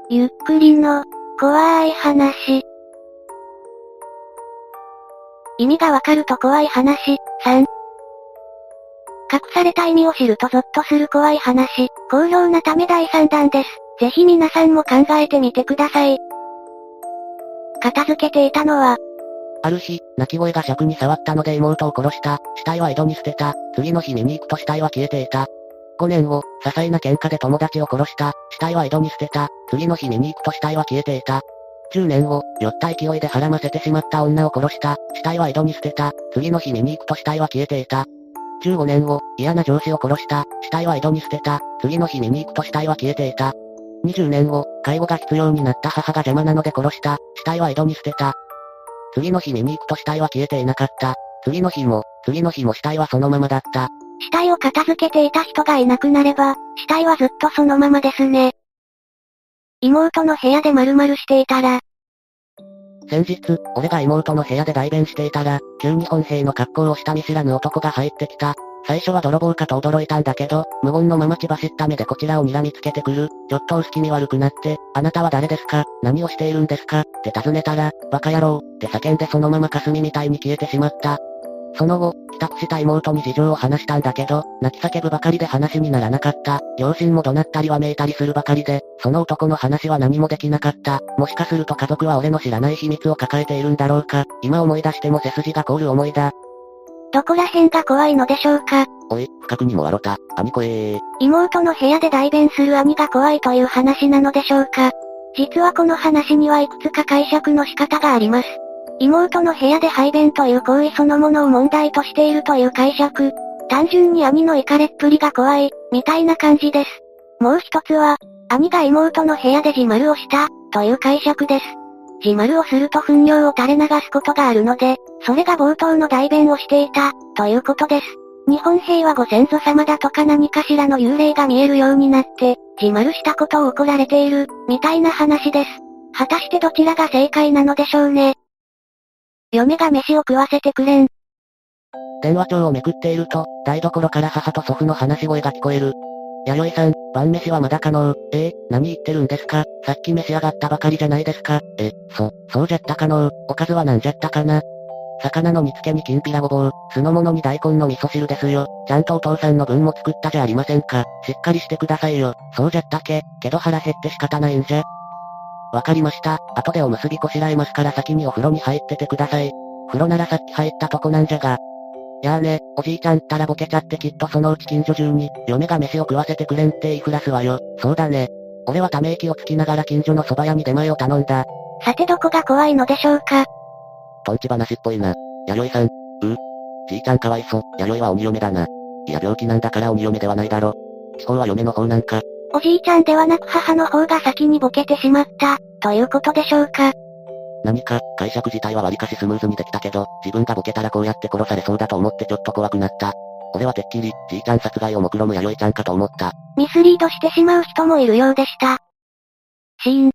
ゆっくりの、怖い話。意味がわかると怖い話、3。隠された意味を知るとゾッとする怖い話、好評なため第3弾です。ぜひ皆さんも考えてみてください。片付けていたのは、 ある日、泣き声が尺に触ったので妹を殺した。死体は井戸に捨てた。次の日見に行くと死体は消えていた。5年後、些細な喧嘩で友達を殺した。死体は井戸に捨てた。次の日見に行くと死体は消えていた。10年後、酔った勢いで腹ませてしまった女を殺した。死体は井戸に捨てた。次の日見に行くと死体は消えていた。15年後、嫌な上司を殺した。死体は井戸に捨てた。次の日見に行くと死体は消えていた。20年後、介護が必要になった母が邪魔なので殺した。死体は井戸に捨てた。次の日見に行くと死体は消えていなかった。次の日も死体はそのままだった。 死体を片付けていた人がいなくなれば、死体はずっとそのままですね。妹の部屋で〇〇していたら、 先日、俺が妹の部屋で代弁していたら、旧日本兵の格好をした見知らぬ男が入ってきた。最初は泥棒かと驚いたんだけど、無言のまま血走った目でこちらを睨みつけてくる。ちょっと薄気味悪くなって、あなたは誰ですか？何をしているんですか？って尋ねたら、バカ野郎って叫んでそのまま霞みたいに消えてしまった。その後、帰宅した妹に事情を話したんだけど、泣き叫ぶばかりで話にならなかった。両親も怒鳴ったりわめいたりするばかりで、その男の話は何もできなかった。もしかすると家族は俺の知らない秘密を抱えているんだろうか。今思い出しても背筋が凍る思いだ。 どこら辺が怖いのでしょうか？ おい、不覚にも笑った。兄怖妹の部屋で代弁する兄が怖いという話なのでしょうか？実はこの話にはいくつか解釈の仕方があります。妹の部屋で排便という行為そのものを問題としているという解釈。単純に兄のイカれっぷりが怖い、みたいな感じです。もう一つは、兄が妹の部屋で自丸をした、という解釈です。自丸をすると糞尿を垂れ流すことがあるので、それが冒頭の代弁をしていた、ということです。日本兵はご先祖様だとか何かしらの幽霊が見えるようになって、自丸したことを怒られている、みたいな話です。果たしてどちらが正解なのでしょうね。嫁が飯を食わせてくれん。 電話帳をめくっていると、台所から母と祖父の話し声が聞こえる。弥生さん、晩飯はまだ可能。何言ってるんですか？さっき召し上がったばかりじゃないですか？そうじゃった可能。おかずはなんじゃったかな？魚の煮付けにきんぴらごぼう、酢の物に大根の味噌汁ですよ。ちゃんとお父さんの分も作ったじゃありませんか。しっかりしてくださいよ。そうじゃったけど腹減って仕方ないんじゃ。わかりました。後でおむすびこしらえますから先にお風呂に入っててください。風呂ならさっき入ったとこなんじゃが。やーね、おじいちゃんったらボケちゃってきっとそのうち近所中に、嫁が飯を食わせてくれんって言いふらすわよ。そうだね。俺はため息をつきながら近所の蕎麦屋に出前を頼んだ。 さてどこが怖いのでしょうか？ トンチ話っぽいな。弥生さん。じいちゃんかわいそ。弥生は鬼嫁だな。いや病気なんだから鬼嫁ではないだろ。地方は嫁の方なんか。 おじいちゃんではなく母の方が先にボケてしまった、ということでしょうか？ 何か、解釈自体はわりかしスムーズにできたけど、自分がボケたらこうやって殺されそうだと思ってちょっと怖くなった。俺はてっきり、じいちゃん殺害を目論む弥生ちゃんかと思った。 ミスリードしてしまう人もいるようでした。シーン。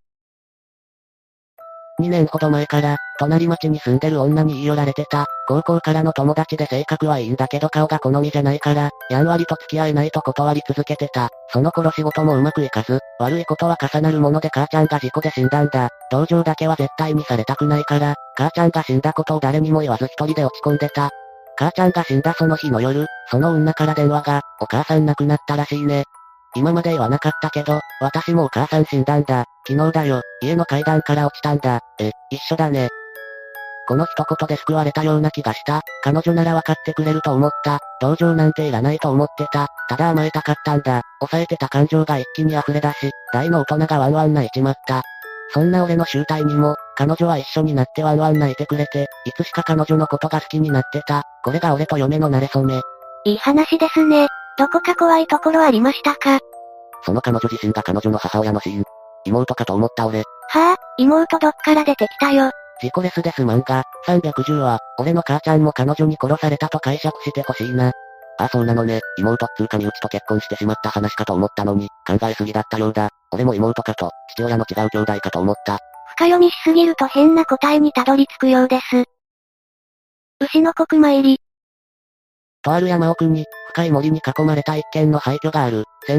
2年ほど前から、隣町に住んでる女に言い寄られてた。高校からの友達で性格はいいんだけど顔が好みじゃないから、やんわりと付き合えないと断り続けてた。その頃仕事もうまくいかず、悪いことは重なるもので母ちゃんが事故で死んだんだ。同情だけは絶対にされたくないから、母ちゃんが死んだことを誰にも言わず一人で落ち込んでた。母ちゃんが死んだその日の夜、その女から電話が、お母さん亡くなったらしいね。今まで言わなかったけど、私もお母さん死んだんだ。昨日だよ。家の階段から落ちたんだ。一緒だね。この一言で救われたような気がした。彼女なら分かってくれると思った。同情なんていらないと思ってた。ただ甘えたかったんだ。抑えてた感情が一気に溢れ出し、大の大人がワンワン泣いちまった。そんな俺の集体にも、彼女は一緒になってワンワン泣いてくれて、いつしか彼女のことが好きになってた。これが俺と嫁の馴れ初め。 いい話ですね。どこか怖いところありましたか？ その彼女自身が彼女の母親の死因。妹かと思った俺。 はぁ、妹どっから出てきたよ。 事故レスです漫画、310は、俺の母ちゃんも彼女に殺されたと解釈してほしいな。ああそうなのね、妹っつうか身内と結婚してしまった話かと思ったのに、考えすぎだったようだ。俺も妹かと、父親の違う兄弟かと思った。 深読みしすぎると変な答えにたどり着くようです。牛の国参り。 とある山奥に、深い森に囲まれた一軒の廃墟がある。戦前、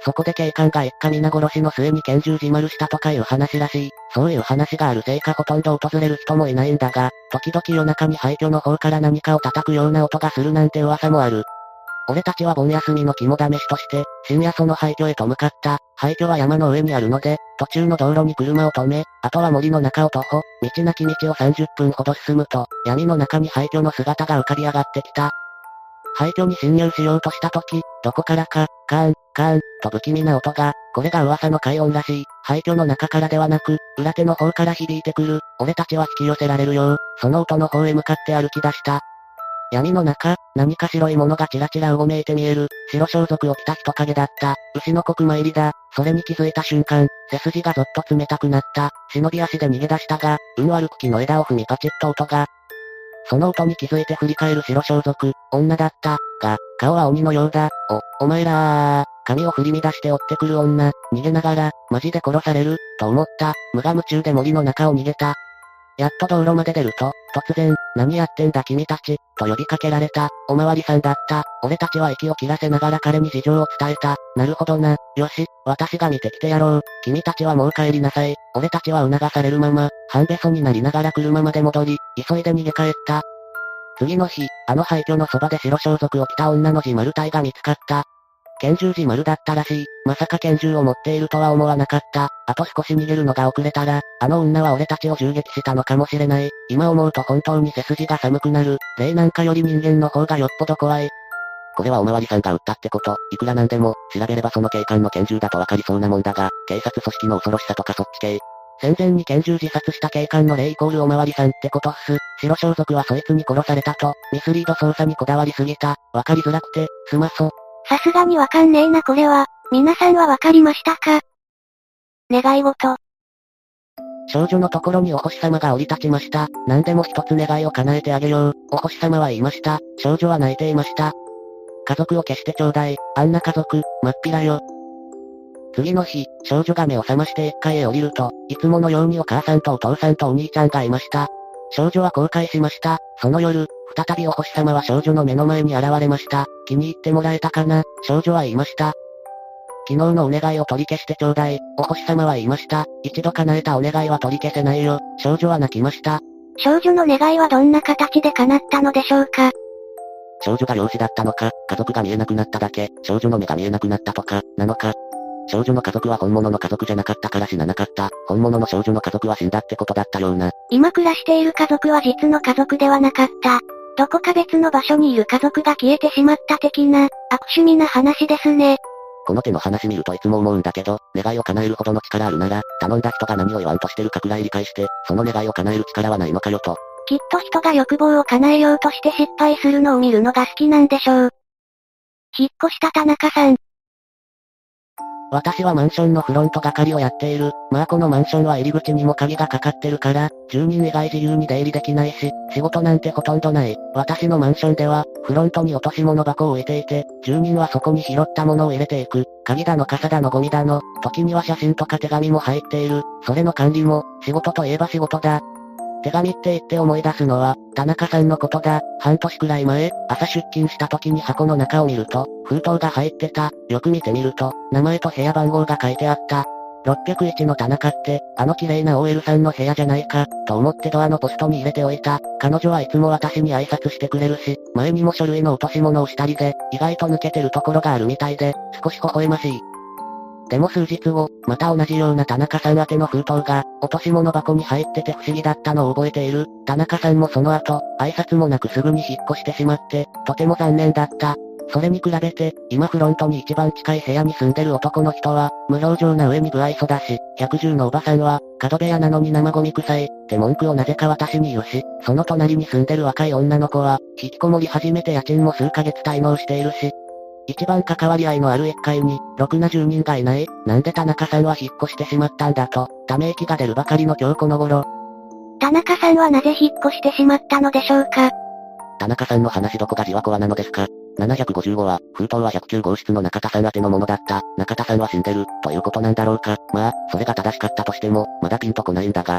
そこで警官が一家皆殺しの末に拳銃自丸したとかいう話らしい。そういう話があるせいかほとんど訪れる人もいないんだが、時々夜中に廃墟の方から何かを叩くような音がするなんて噂もある。俺たちは盆休みの肝試しとして、深夜その廃墟へと向かった。廃墟は山の上にあるので、途中の道路に車を止め、あとは森の中を徒歩、道なき道を30分ほど進むと、闇の中に廃墟の姿が浮かび上がってきた。廃墟に侵入しようとした時、どこからか、カーン、カーン、と不気味な音が、これが噂の快音らしい。廃墟の中からではなく、裏手の方から響いてくる。俺たちは引き寄せられるよう、その音の方へ向かって歩き出した。闇の中、何か白いものがちらちらうごめいて見える。白装束を着た人影だった。牛の国参りだ。それに気づいた瞬間、背筋がぞっと冷たくなった。忍び足で逃げ出したが、悪く木の枝を踏みパチッと音が。その音に気づいて振り返る白装束、女だった。が、顔は鬼のようだ。お前ら髪を振り乱して追ってくる女、逃げながら、マジで殺される、と思った。無我夢中で森の中を逃げた。やっと道路まで出ると、突然、何やってんだ君たち、と呼びかけられた。おまわりさんだった。俺たちは息を切らせながら彼に事情を伝えた。なるほどな。よし、私が見てきてやろう。君たちはもう帰りなさい。俺たちは促されるまま、半べそになりながら車まで戻り、急いで逃げ帰った。次の日、あの廃墟のそばで白装束を着た女の自丸体が見つかった。拳銃自丸だったらしい。まさか拳銃を持っているとは思わなかった。あと少し逃げるのが遅れたら、あの女は俺たちを銃撃したのかもしれない。今思うと本当に背筋が寒くなる。霊なんかより人間の方がよっぽど怖い。これはおまわりさんが撃ったってこと。いくらなんでも、調べればその警官の拳銃だとわかりそうなもんだが、警察組織の恐ろしさとかそっち系。戦前に拳銃自殺した警官の霊イコールおまわりさんってことっす。白装束はそいつに殺されたと、ミスリード捜査にこだわりすぎた。わかりづらくて、すまそ。 さすがにわかんねえなこれは。皆さんはわかりましたか？願い事。 少女のところにお星様が降り立ちました。何でも一つ願いを叶えてあげよう。お星様は言いました。少女は泣いていました。家族を消してちょうだい。あんな家族、まっぴらよ。次の日、少女が目を覚まして一階へ降りると、いつものようにお母さんとお父さんとお兄ちゃんがいました。少女は後悔しました。その夜、再びお星様は少女の目の前に現れました。気に入ってもらえたかな？少女は言いました。昨日のお願いを取り消してちょうだい。お星様は言いました。一度叶えたお願いは取り消せないよ。少女は泣きました。 少女の願いはどんな形で叶ったのでしょうか？ 少女が養子だったのか、家族が見えなくなっただけ、少女の目が見えなくなったとか、なのか。少女の家族は本物の家族じゃなかったから死ななかった。本物の少女の家族は死んだってことだったような。 今暮らしている家族は実の家族ではなかった。どこか別の場所にいる家族が消えてしまった的な、悪趣味な話ですね。 この手の話見るといつも思うんだけど、願いを叶えるほどの力あるなら、頼んだ人が何を言わんとしてるかくらい理解して、その願いを叶える力はないのかよと。 きっと人が欲望を叶えようとして失敗するのを見るのが好きなんでしょう。引っ越した田中さん。 私はマンションのフロント係をやっている。まあこのマンションは入り口にも鍵がかかってるから、住人以外自由に出入りできないし、仕事なんてほとんどない。私のマンションでは、フロントに落とし物箱を置いていて、住人はそこに拾ったものを入れていく。鍵だの傘だのゴミだの、時には写真とか手紙も入っている。それの管理も、仕事といえば仕事だ。手紙って言って思い出すのは、田中さんのことだ。半年くらい前、朝出勤した時に箱の中を見ると、封筒が入ってた。よく見てみると、名前と部屋番号が書いてあった。601の田中って、あの綺麗な OL さんの部屋じゃないか、と思ってドアのポストに入れておいた。彼女はいつも私に挨拶してくれるし、前にも書類の落とし物をしたりで、意外と抜けてるところがあるみたいで、少し微笑ましい。でも数日後、また同じような田中さん宛ての封筒が、落とし物箱に入ってて不思議だったのを覚えている。田中さんもその後、挨拶もなくすぐに引っ越してしまって、とても残念だった。それに比べて、今フロントに一番近い部屋に住んでる男の人は、無表情な上に不愛想だし、110のおばさんは、角部屋なのに生ゴミ臭い、って文句をなぜか私に言うし、その隣に住んでる若い女の子は、引きこもり始めて家賃も数ヶ月滞納しているし、一番関わり合いのある一階に、ろくな住人がいない。なんで田中さんは引っ越してしまったんだと、ため息が出るばかりの今日この頃。 田中さんはなぜ引っ越してしまったのでしょうか？ 田中さんの話どこがじわこわなのですか？755は、封筒は109号室の中田さん宛てのものだった。中田さんは死んでる、ということなんだろうか。まあ、それが正しかったとしても、まだピンとこないんだが。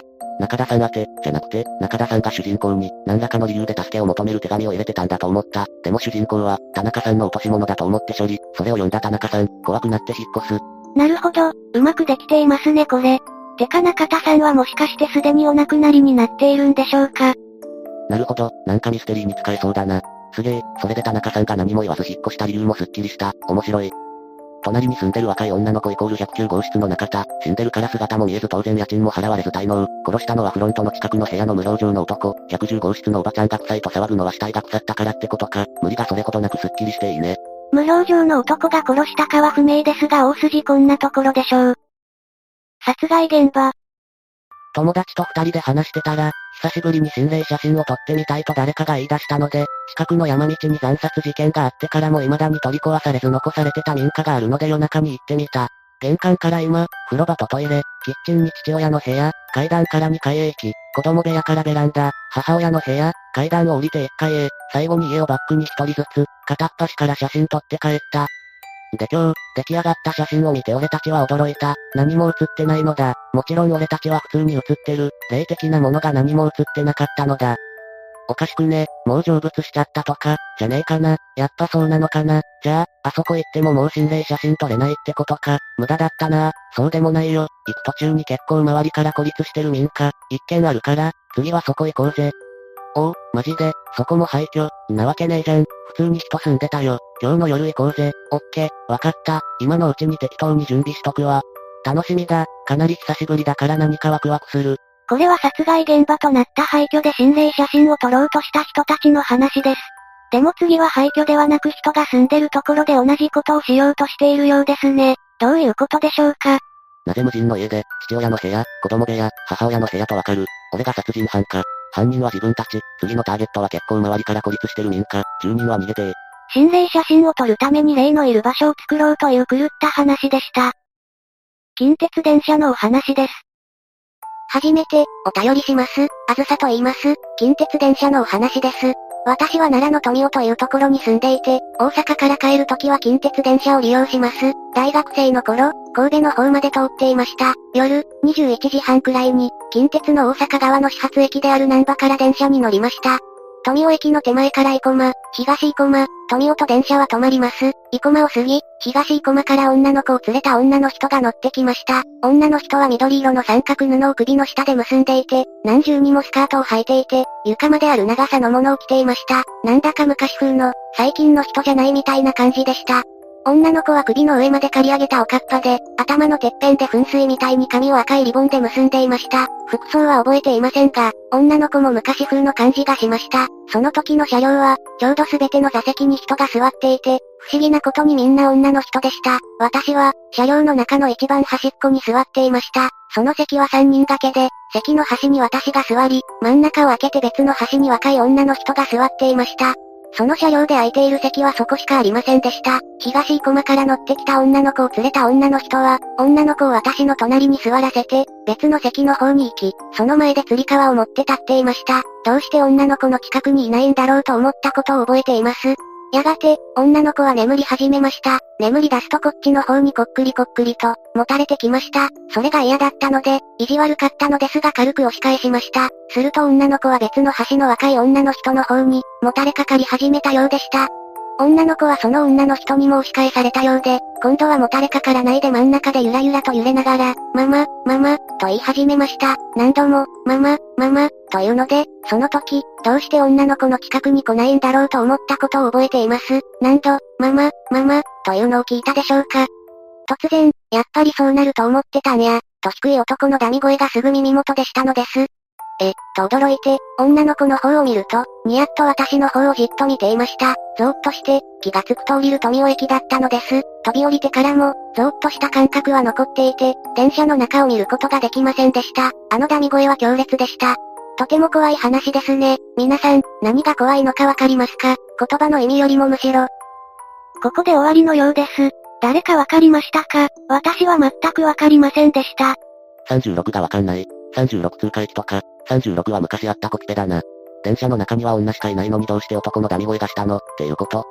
中田さん宛て、じゃなくて、中田さんが主人公に、何らかの理由で助けを求める手紙を入れてたんだと思った。でも主人公は、田中さんの落とし物だと思って処理、それを読んだ田中さん、怖くなって引っ越す。 なるほど、うまくできていますねこれ。てか中田さんはもしかしてすでにお亡くなりになっているんでしょうか。 なるほど、なんかミステリーに使えそうだな。すげえ、それで田中さんが何も言わず引っ越した理由もすっきりした。面白い。隣に住んでる若い女の子イコール109号室の中田。死んでるから姿も見えず当然家賃も払われず滞納。殺したのはフロントの近くの部屋の無表情の男。110号室のおばちゃんが臭いと騒ぐのは死体が腐ったからってことか。無理がそれほどなくすっきりしていいね。 無表情の男が殺したかは不明ですが大筋こんなところでしょう。殺害現場。 友達と二人で話してたら、久しぶりに心霊写真を撮ってみたいと誰かが言い出したので、近くの山道に惨殺事件があってからも未だに取り壊されず残されてた民家があるので夜中に行ってみた。玄関から今、風呂場とトイレ、キッチンに父親の部屋、階段から2階へ行き、子供部屋からベランダ、母親の部屋、階段を降りて1階へ、最後に家をバックに一人ずつ、片っ端から写真撮って帰った。で今日、出来上がった写真を見て俺たちは驚いた。何も写ってないのだ。もちろん俺たちは普通に写ってる。霊的なものが何も写ってなかったのだ。おかしくね、もう成仏しちゃったとか、じゃねえかな。やっぱそうなのかな。じゃあ、あそこ行ってももう心霊写真撮れないってことか。無駄だったな。そうでもないよ。行く途中に結構周りから孤立してる民家、一軒あるから、次はそこ行こうぜ。おお、マジで、そこも廃墟、なわけねえじゃん。普通に人住んでたよ。今日の夜行こうぜ。オッケー、わかった。今のうちに適当に準備しとくわ。楽しみだ。かなり久しぶりだから何かワクワクする。 これは殺害現場となった廃墟で心霊写真を撮ろうとした人たちの話です。でも次は廃墟ではなく人が住んでるところで同じことをしようとしているようですね。どういうことでしょうか。 なぜ無人の家で、父親の部屋、子供部屋、母親の部屋とわかる。俺が殺人犯か。犯人は自分たち、次のターゲットは結構周りから孤立してる民家、住人は逃げて心霊写真を撮るために霊のいる場所を作ろうという狂った話でした。近鉄電車のお話です。 はじめて、お便りします。あずさと言います。近鉄電車のお話です。私は奈良の富雄というところに住んでいて、大阪から帰るときは近鉄電車を利用します。大学生の頃、神戸の方まで通っていました。夜、21時半くらいに、近鉄の大阪側の始発駅である難波から電車に乗りました。富雄駅の手前から生駒、東生駒、富雄と電車は止まります。生駒を過ぎ、東生駒から女の子を連れた女の人が乗ってきました。女の人は緑色の三角布を首の下で結んでいて、何重にもスカートを履いていて、床まである長さのものを着ていました。なんだか昔風の、最近の人じゃないみたいな感じでした。女の子は首の上まで刈り上げたおかっぱで、頭のてっぺんで噴水みたいに髪を赤いリボンで結んでいました。服装は覚えていませんが、女の子も昔風の感じがしました。その時の車両は、ちょうどすべての座席に人が座っていて、不思議なことにみんな女の人でした。私は、車両の中の一番端っこに座っていました。その席は3人掛けで、席の端に私が座り、真ん中を空けて別の端に若い女の人が座っていました。その車両で空いている席はそこしかありませんでした。東生駒から乗ってきた女の子を連れた女の人は、女の子を私の隣に座らせて、別の席の方に行き、その前で釣り革を持って立っていました。どうして女の子の近くにいないんだろうと思ったことを覚えています。やがて、女の子は眠り始めました。眠り出すとこっちの方にこっくりこっくりと、持たれてきました。それが嫌だったので、意地悪かったのですが軽く押し返しました。すると女の子は別の端の若い女の人の方に、持たれかかり始めたようでした。女の子はその女の人にも押し返されたようで、今度はもたれかからないで真ん中でゆらゆらと揺れながら、ママ、ママ、と言い始めました。何度も、ママ、ママ、というので、その時、どうして女の子の近くに来ないんだろうと思ったことを覚えています。何度、ママ、ママ、というのを聞いたでしょうか。突然、やっぱりそうなると思ってたんや、と低い男のダミ声がすぐ耳元でしたのです。驚いて、女の子の方を見ると、ニヤッと私の方をじっと見ていました。ゾーッとして、気がつくと降りる富雄駅だったのです。飛び降りてからも、ゾーッとした感覚は残っていて、電車の中を見ることができませんでした。あのダミ声は強烈でした。とても怖い話ですね。皆さん、何が怖いのかわかりますか？言葉の意味よりもむしろ。 ここで終わりのようです。誰かわかりましたか？私は全くわかりませんでした。 36がわかんない。36通過駅とか、36は昔あったコピペだな。電車の中には女しかいないのにどうして男のダミ声がしたのっていうこと。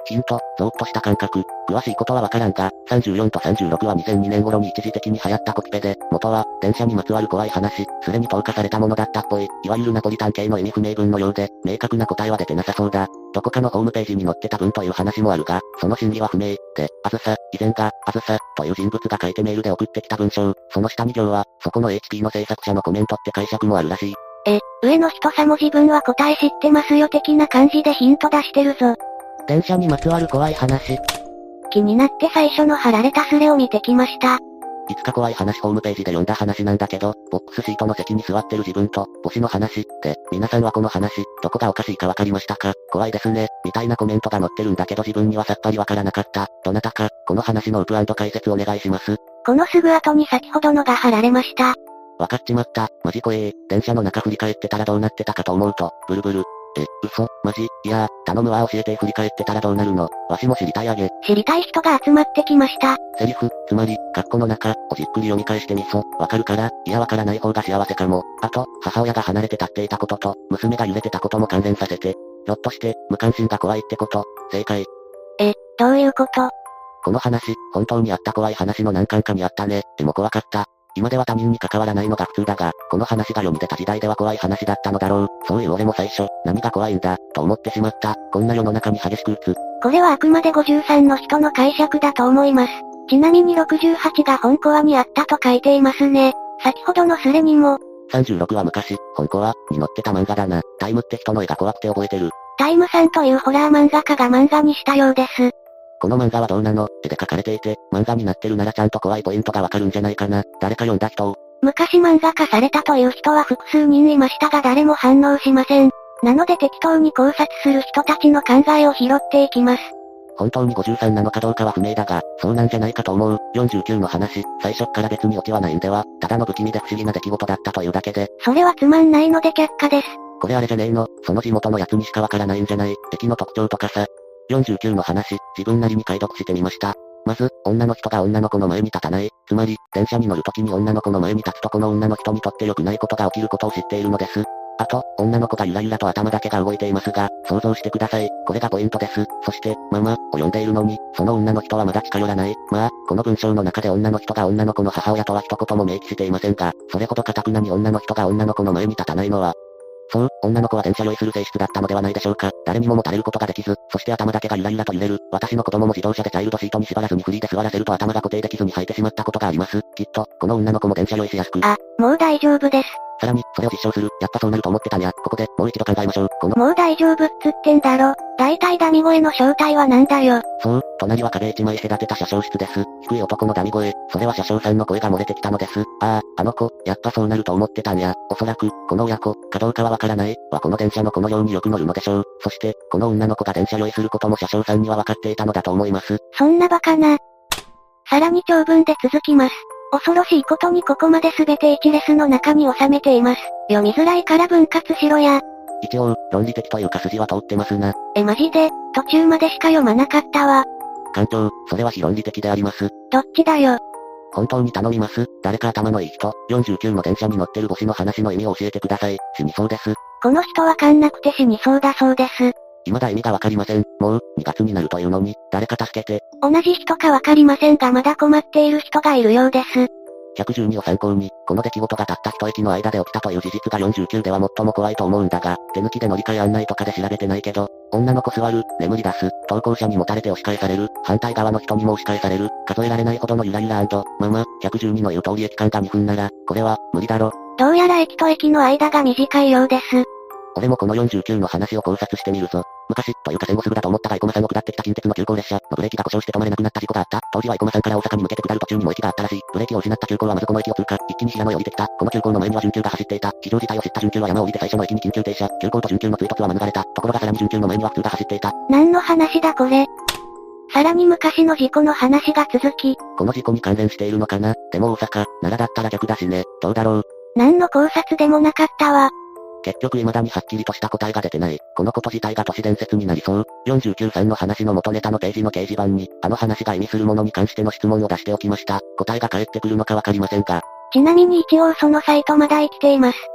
ヒント、ゾーッとした感覚。詳しいことはわからんが、34と36は2002年頃に一時的に流行ったコピペで、元は、電車にまつわる怖い話、すでに投下されたものだったっぽい、いわゆるナポリタン系の意味不明文のようで、明確な答えは出てなさそうだ。どこかのホームページに載ってた文という話もあるが、その真偽は不明。で、あずさ、以前が、あずさ、という人物が書いてメールで送ってきた文章、その下2行は、そこの HP の制作者のコメントって解釈もあるらしい。 上の人さも自分は答え知ってますよ的な感じでヒント出してるぞ。 電車にまつわる怖い話。 気になって最初の貼られたスレを見てきました。 いつか怖い話ホームページで読んだ話なんだけど、ボックスシートの席に座ってる自分と、母子の話、で、皆さんはこの話、どこがおかしいかわかりましたか？怖いですね、みたいなコメントが載ってるんだけど自分にはさっぱりわからなかった。どなたか、この話のウプ&解説お願いします。 このすぐ後に先ほどのが貼られました。 わかっちまった、マジ怖え。電車の中振り返ってたらどうなってたかと思うと、ブルブル。嘘、マジ、いや頼むわ教えて振り返ってたらどうなるの？わしも知りたいあげ。 知りたい人が集まってきました。 セリフ、つまり、括弧の中、をじっくり読み返してみそ。わかるから、いやわからない方が幸せかも。あと、母親が離れて立っていたことと、娘が揺れてたことも関連させて。ひょっとして、無関心が怖いってこと？正解。 どういうこと？ この話、本当にあった怖い話の何巻かにあったね。でも怖かった。今では他人に関わらないのが普通だが、この話が世に出た時代では怖い話だったのだろう。そういう俺も最初、何が怖いんだ、と思ってしまった。こんな世の中に激しく打つ。 これはあくまで53の人の解釈だと思います。ちなみに68が本コアにあったと書いていますね。先ほどのスレにも。 36は昔、本コアに載ってた漫画だな。タイムって人の絵が怖くて覚えてる。 タイムさんというホラー漫画家が漫画にしたようです。 この漫画はどうなの？絵で描かれていて、漫画になってるならちゃんと怖いポイントがわかるんじゃないかな。誰か読んだ人を。 昔漫画化されたという人は複数人いましたが誰も反応しません。なので適当に考察する人たちの考えを拾っていきます。 本当に53なのかどうかは不明だが、そうなんじゃないかと思う。49の話、最初っから別にオチはないんでは、ただの不気味で不思議な出来事だったというだけで。 それはつまんないので却下です。 これあれじゃねえの、その地元のやつにしかわからないんじゃない？駅の特徴とかさ。49の話、自分なりに解読してみました。まず、女の人が女の子の前に立たない。つまり、電車に乗るときに女の子の前に立つとこの女の人にとって良くないことが起きることを知っているのです。あと、女の子がゆらゆらと頭だけが動いていますが、想像してください。これがポイントです。そして、ママ、を呼んでいるのに、その女の人はまだ近寄らない。まあ、この文章の中で女の人が女の子の母親とは一言も明記していませんが、それほど堅くなに女の人が女の子の前に立たないのは、そう、女の子は電車酔いする性質だったのではないでしょうか。誰にももたれることができず、そして頭だけがゆらゆらと揺れる。私の子供も自動車でチャイルドシートに縛らずにフリーで座らせると頭が固定できずに吐いてしまったことがあります。きっと、この女の子も電車酔いしやすく。 もう大丈夫です。 さらに、それを実証する。やっぱそうなると思ってたにゃ。ここで、もう一度考えましょう。 もう大丈夫っつってんだろ。大体ダミ声の正体はなんだよ。 そう、隣は壁一枚隔てた車掌室です。低い男のダミ声。それは車掌さんの声が漏れてきたのです。あの子、やっぱそうなると思ってたにゃ。おそらく、この親子、かどうかはわからない。この電車のこのようによく乗るのでしょう。そして、この女の子が電車酔いすることも車掌さんには分かっていたのだと思います。 そんなバカな。さらに長文で続きます。恐ろしいことにここまで全て1レスの中に収めています。読みづらいから分割しろや。 一応、論理的というか筋は通ってますな。 マジで、途中までしか読まなかったわ。 艦長、それは非論理的であります。 どっちだよ。 本当に頼みます。誰か頭のいい人、49の電車に乗ってる母子の話の意味を教えてください。死にそうです。 この人わかんなくて死にそうだそうです。 未だ意味がわかりません。もう、2月になるというのに、誰か助けて。 同じ人かわかりませんがまだ困っている人がいるようです。 112を参考に、この出来事がたった一駅の間で起きたという事実が49では最も怖いと思うんだが、手抜きで乗り換え案内とかで調べてないけど、女の子座る、眠り出す、投稿者にもたれて押し返される、反対側の人にも押し返される、数えられないほどのゆらゆら&、ママ、112の言う通り駅間が2分なら、これは、無理だろ。 どうやら駅と駅の間が短いようです。 俺もこの49の話を考察してみるぞ。昔、というか戦後すぐだと思ったが生駒さんを下ってきた近鉄の急行列車のブレーキが故障して止まれなくなった事故があった。当時は生駒さんから大阪に向けて下る途中にも駅があったらしい。ブレーキを失った急行はまずこの駅を通過。一気に平野へ降りてきた。この急行の前には準急が走っていた。非常事態を知った準急は山を降りて最初の駅に緊急停車。急行と準急の追突は免れた。ところがさらに準急の前には普通が走っていた。 何の話だこれ。さらに昔の事故の話が続き。 この事故に関連しているのかな。でも大阪、奈良だったら逆だしね。どうだろう。 何の考察でもなかったわ。 結局未だにはっきりとした答えが出てない。このこと自体が都市伝説になりそう。49さんの話の元ネタのページの掲示板に、あの話が意味するものに関しての質問を出しておきました。答えが返ってくるのかわかりませんが。 ちなみに一応そのサイトまだ生きています。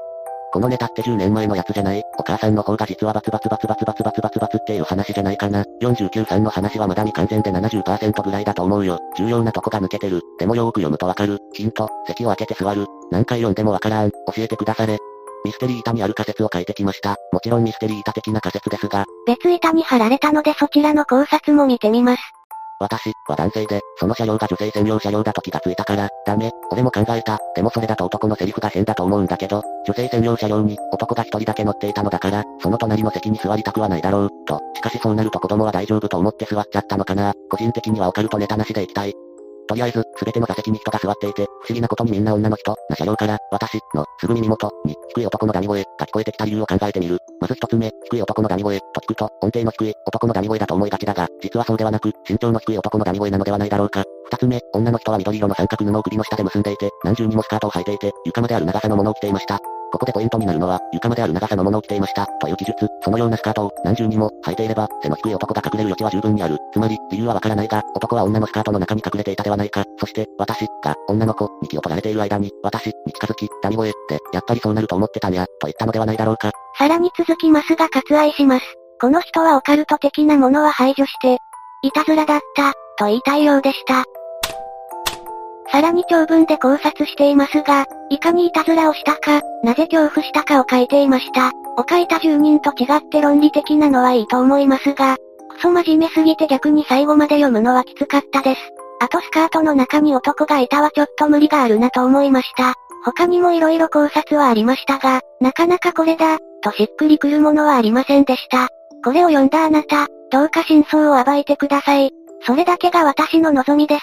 このネタって10年前のやつじゃない？お母さんの方が実はバツバツバツバツバツバツバツバツっていう話じゃないかな。49さんの話はまだ未完全で 70% ぐらいだと思うよ。重要なとこが抜けてる。でもよーく読むとわかる。ヒント、席を開けて座る。何回読んでもわからん。教えてくだされ。ミステリー板にある仮説を書いてきました。もちろんミステリー板的な仮説ですが、 別板に貼られたのでそちらの考察も見てみます。 私は男性で、その車両が女性専用車両だと気がついたから、ダメ、俺も考えた。でもそれだと男のセリフが変だと思うんだけど、女性専用車両に男が一人だけ乗っていたのだから、その隣の席に座りたくはないだろう、と。しかしそうなると子供は大丈夫と思って座っちゃったのかな。個人的にはオカルトネタなしで行きたい。とりあえず、すべての座席に人が座っていて、不思議なことにみんな女の人、な車両から、私、の、すぐ耳元、に、低い男のダミ声、が聞こえてきた理由を考えてみる。まず一つ目、低い男のダミ声、と聞くと、音程の低い、男のダミ声だと思いがちだが、実はそうではなく、身長の低い男のダミ声なのではないだろうか。二つ目、女の人は緑色の三角布を首の下で結んでいて、何重にもスカートを履いていて、床まである長さのものを着ていました。ここでポイントになるのは、床まである長さのものを着ていました、という記述。そのようなスカートを、何重にも、履いていれば、背の低い男が隠れる余地は十分にある。つまり、理由はわからないが、男は女のスカートの中に隠れていたではないか。そして、私、が、女の子、に気を取られている間に、私、に近づき、ダミ声、で、やっぱりそうなると思ってたんや、と言ったのではないだろうか。 さらに続きますが割愛します。この人はオカルト的なものは排除して、いたずらだった、と言いたいようでした。さらに長文で考察していますが、いかにいたずらをしたか、なぜ恐怖したかを書いていました。を書いた10人と違って論理的なのはいいと思いますが、クソ真面目すぎて逆に最後まで読むのはきつかったです。あとスカートの中に男がいたはちょっと無理があるなと思いました。他にも色々考察はありましたが、なかなかこれだ、としっくりくるものはありませんでした。これを読んだあなた、どうか真相を暴いてください。それだけが私の望みです。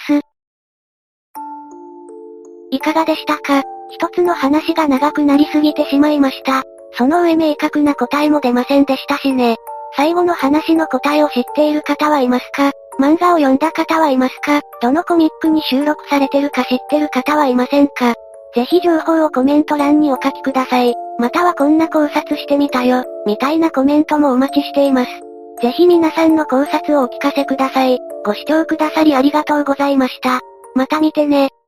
いかがでしたか？一つの話が長くなりすぎてしまいました。その上明確な答えも出ませんでしたしね。最後の話の答えを知っている方はいますか？漫画を読んだ方はいますか？どのコミックに収録されてるか知ってる方はいませんか？ぜひ情報をコメント欄にお書きください。またはこんな考察してみたよ、みたいなコメントもお待ちしています。ぜひ皆さんの考察をお聞かせください。ご視聴くださりありがとうございました。また見てね。